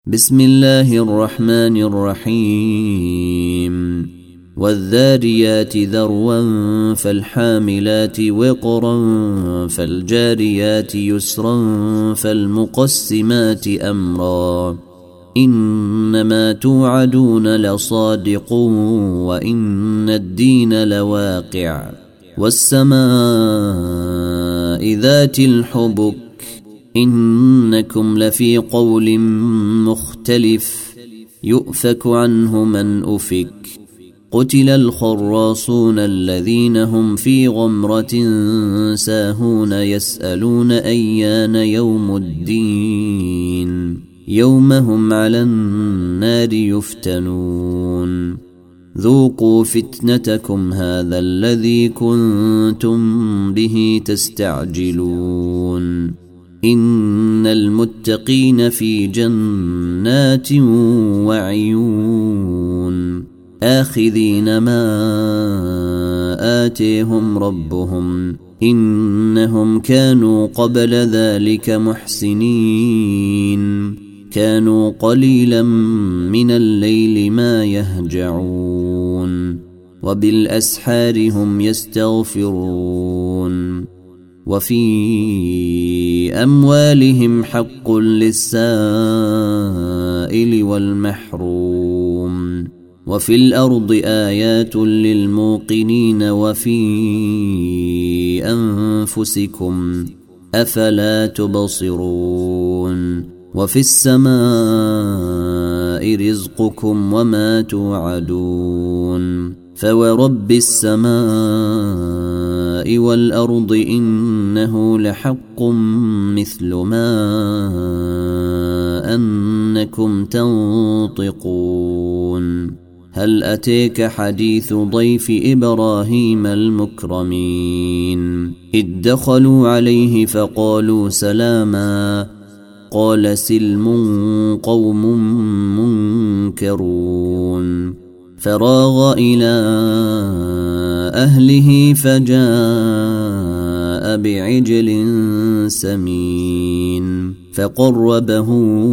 بسم الله الرحمن الرحيم والذاريات ذروا فالحاملات وقرا فالجاريات يسرا فالمقسمات أمرا إنما توعدون لصادق وإن الدين لواقع والسماء ذات الحبك إنكم لفي قول مختلف يؤفك عنه من أفك قتل الخراصون الذين هم في غمرة ساهون يسألون أيان يوم الدين يوم هم على النار يفتنون ذوقوا فتنتكم هذا الذي كنتم به تستعجلون إن المتقين في جنات وعيون آخذين ما آتيهم ربهم إنهم كانوا قبل ذلك محسنين كانوا قليلا من الليل ما يهجعون وبالأسحار هم يستغفرون وفي أموالهم حق للسائل والمحروم وفي الأرض آيات للموقنين وفي أنفسكم أفلا تبصرون وفي السماء رزقكم وما توعدون فورب السماء والأرض إنه لحق مثل ما أنكم تنطقون هل أتيك حديث ضيف إبراهيم المكرمين إذ دخلوا عليه فقالوا سلاما قال سلم قوم منكرون فراغ إلى أهله فجاء بعجل سمين فقربه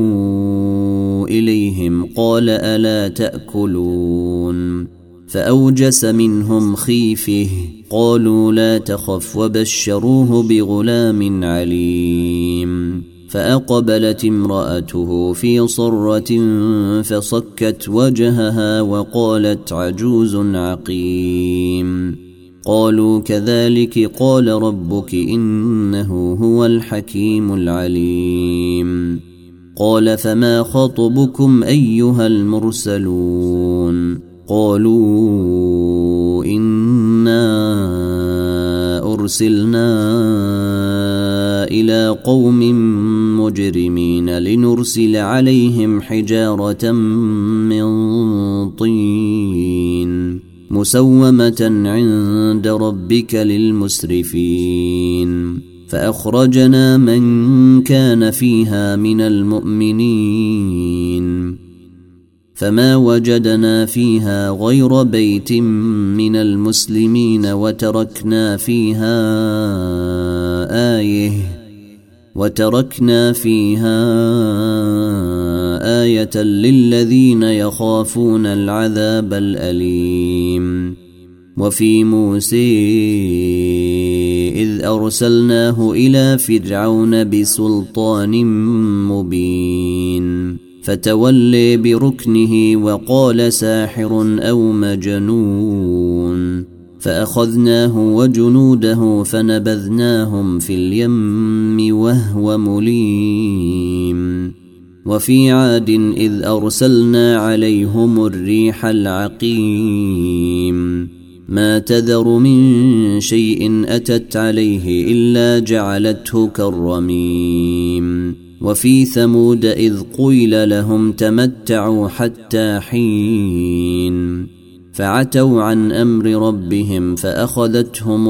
إليهم قال ألا تأكلون فأوجس منهم خيفه قالوا لا تخف وبشروه بغلام عليم فأقبلت امرأته في صرة فصكت وجهها وقالت عجوز عقيم قالوا كذلك قال ربك إنه هو الحكيم العليم قال فما خطبكم أيها المرسلون قالوا إنا أرسلنا إلى قوم مجرمين لنرسل عليهم حجارة من طين مسومة عند ربك للمسرفين فأخرجنا من كان فيها من المؤمنين فما وجدنا فيها غير بيت من المسلمين وتركنا فيها آية للذين يخافون العذاب الأليم وفي موسى إذ أرسلناه إلى فرعون بسلطان مبين فتولي بركنه وقال ساحر أو مجنون فأخذناه وجنوده فنبذناهم في اليم وهو مليم وفي عاد إذ أرسلنا عليهم الريح العقيم ما تذر من شيء أتت عليه إلا جعلته كالرميم وفي ثمود إذ قيل لهم تمتعوا حتى حين فعتوا عن أمر ربهم فأخذتهم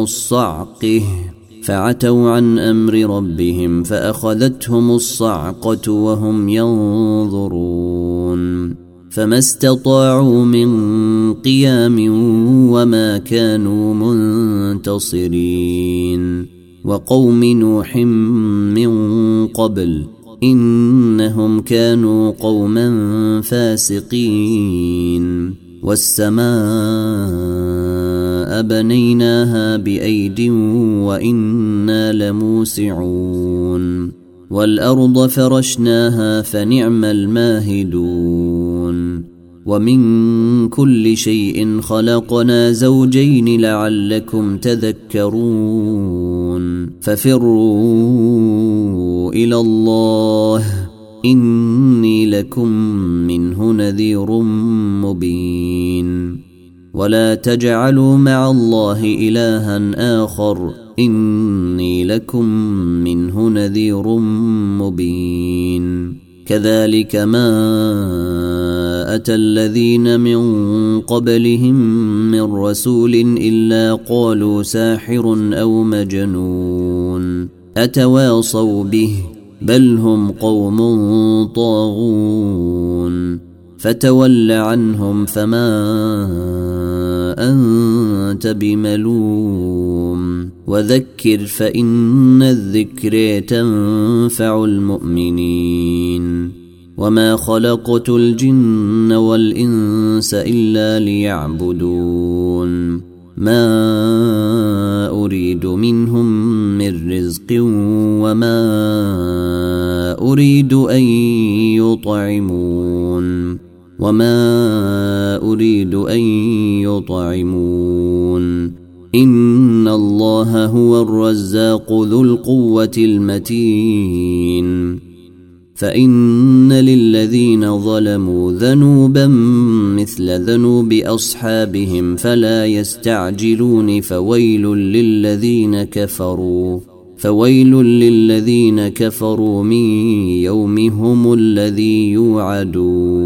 الصعقة وهم ينظرون فما استطاعوا من قيام وما كانوا منتصرين وقوم نوح من قبل إنهم كانوا قوما فاسقين والسماء بنيناها بأيد وإنا لموسعون والأرض فرشناها فنعم الماهدون ومن كل شيء خلقنا زوجين لعلكم تذكرون ففروا إلى الله إني لكم منه نذير مبين ولا تجعلوا مع الله إلها آخر إني لكم منه نذير مبين كذلك ما أتى الذين من قبلهم من رسول إلا قالوا ساحر أو مجنون أتواصوا به بل هم قوم طاغون فتول عنهم فما أنت بملوم وذكر فإن الذكر تنفع المؤمنين وما خلقت الجن والإنس إلا ليعبدون ما أريد منهم من رزق وما أريد أن يطعمون إن الله هو الرزاق ذو القوة المتين فإن للذين ظلموا ذنوبا مثل ذنوب أصحابهم فلا يستعجلون فويل للذين كفروا من يومهم الذي يوعدون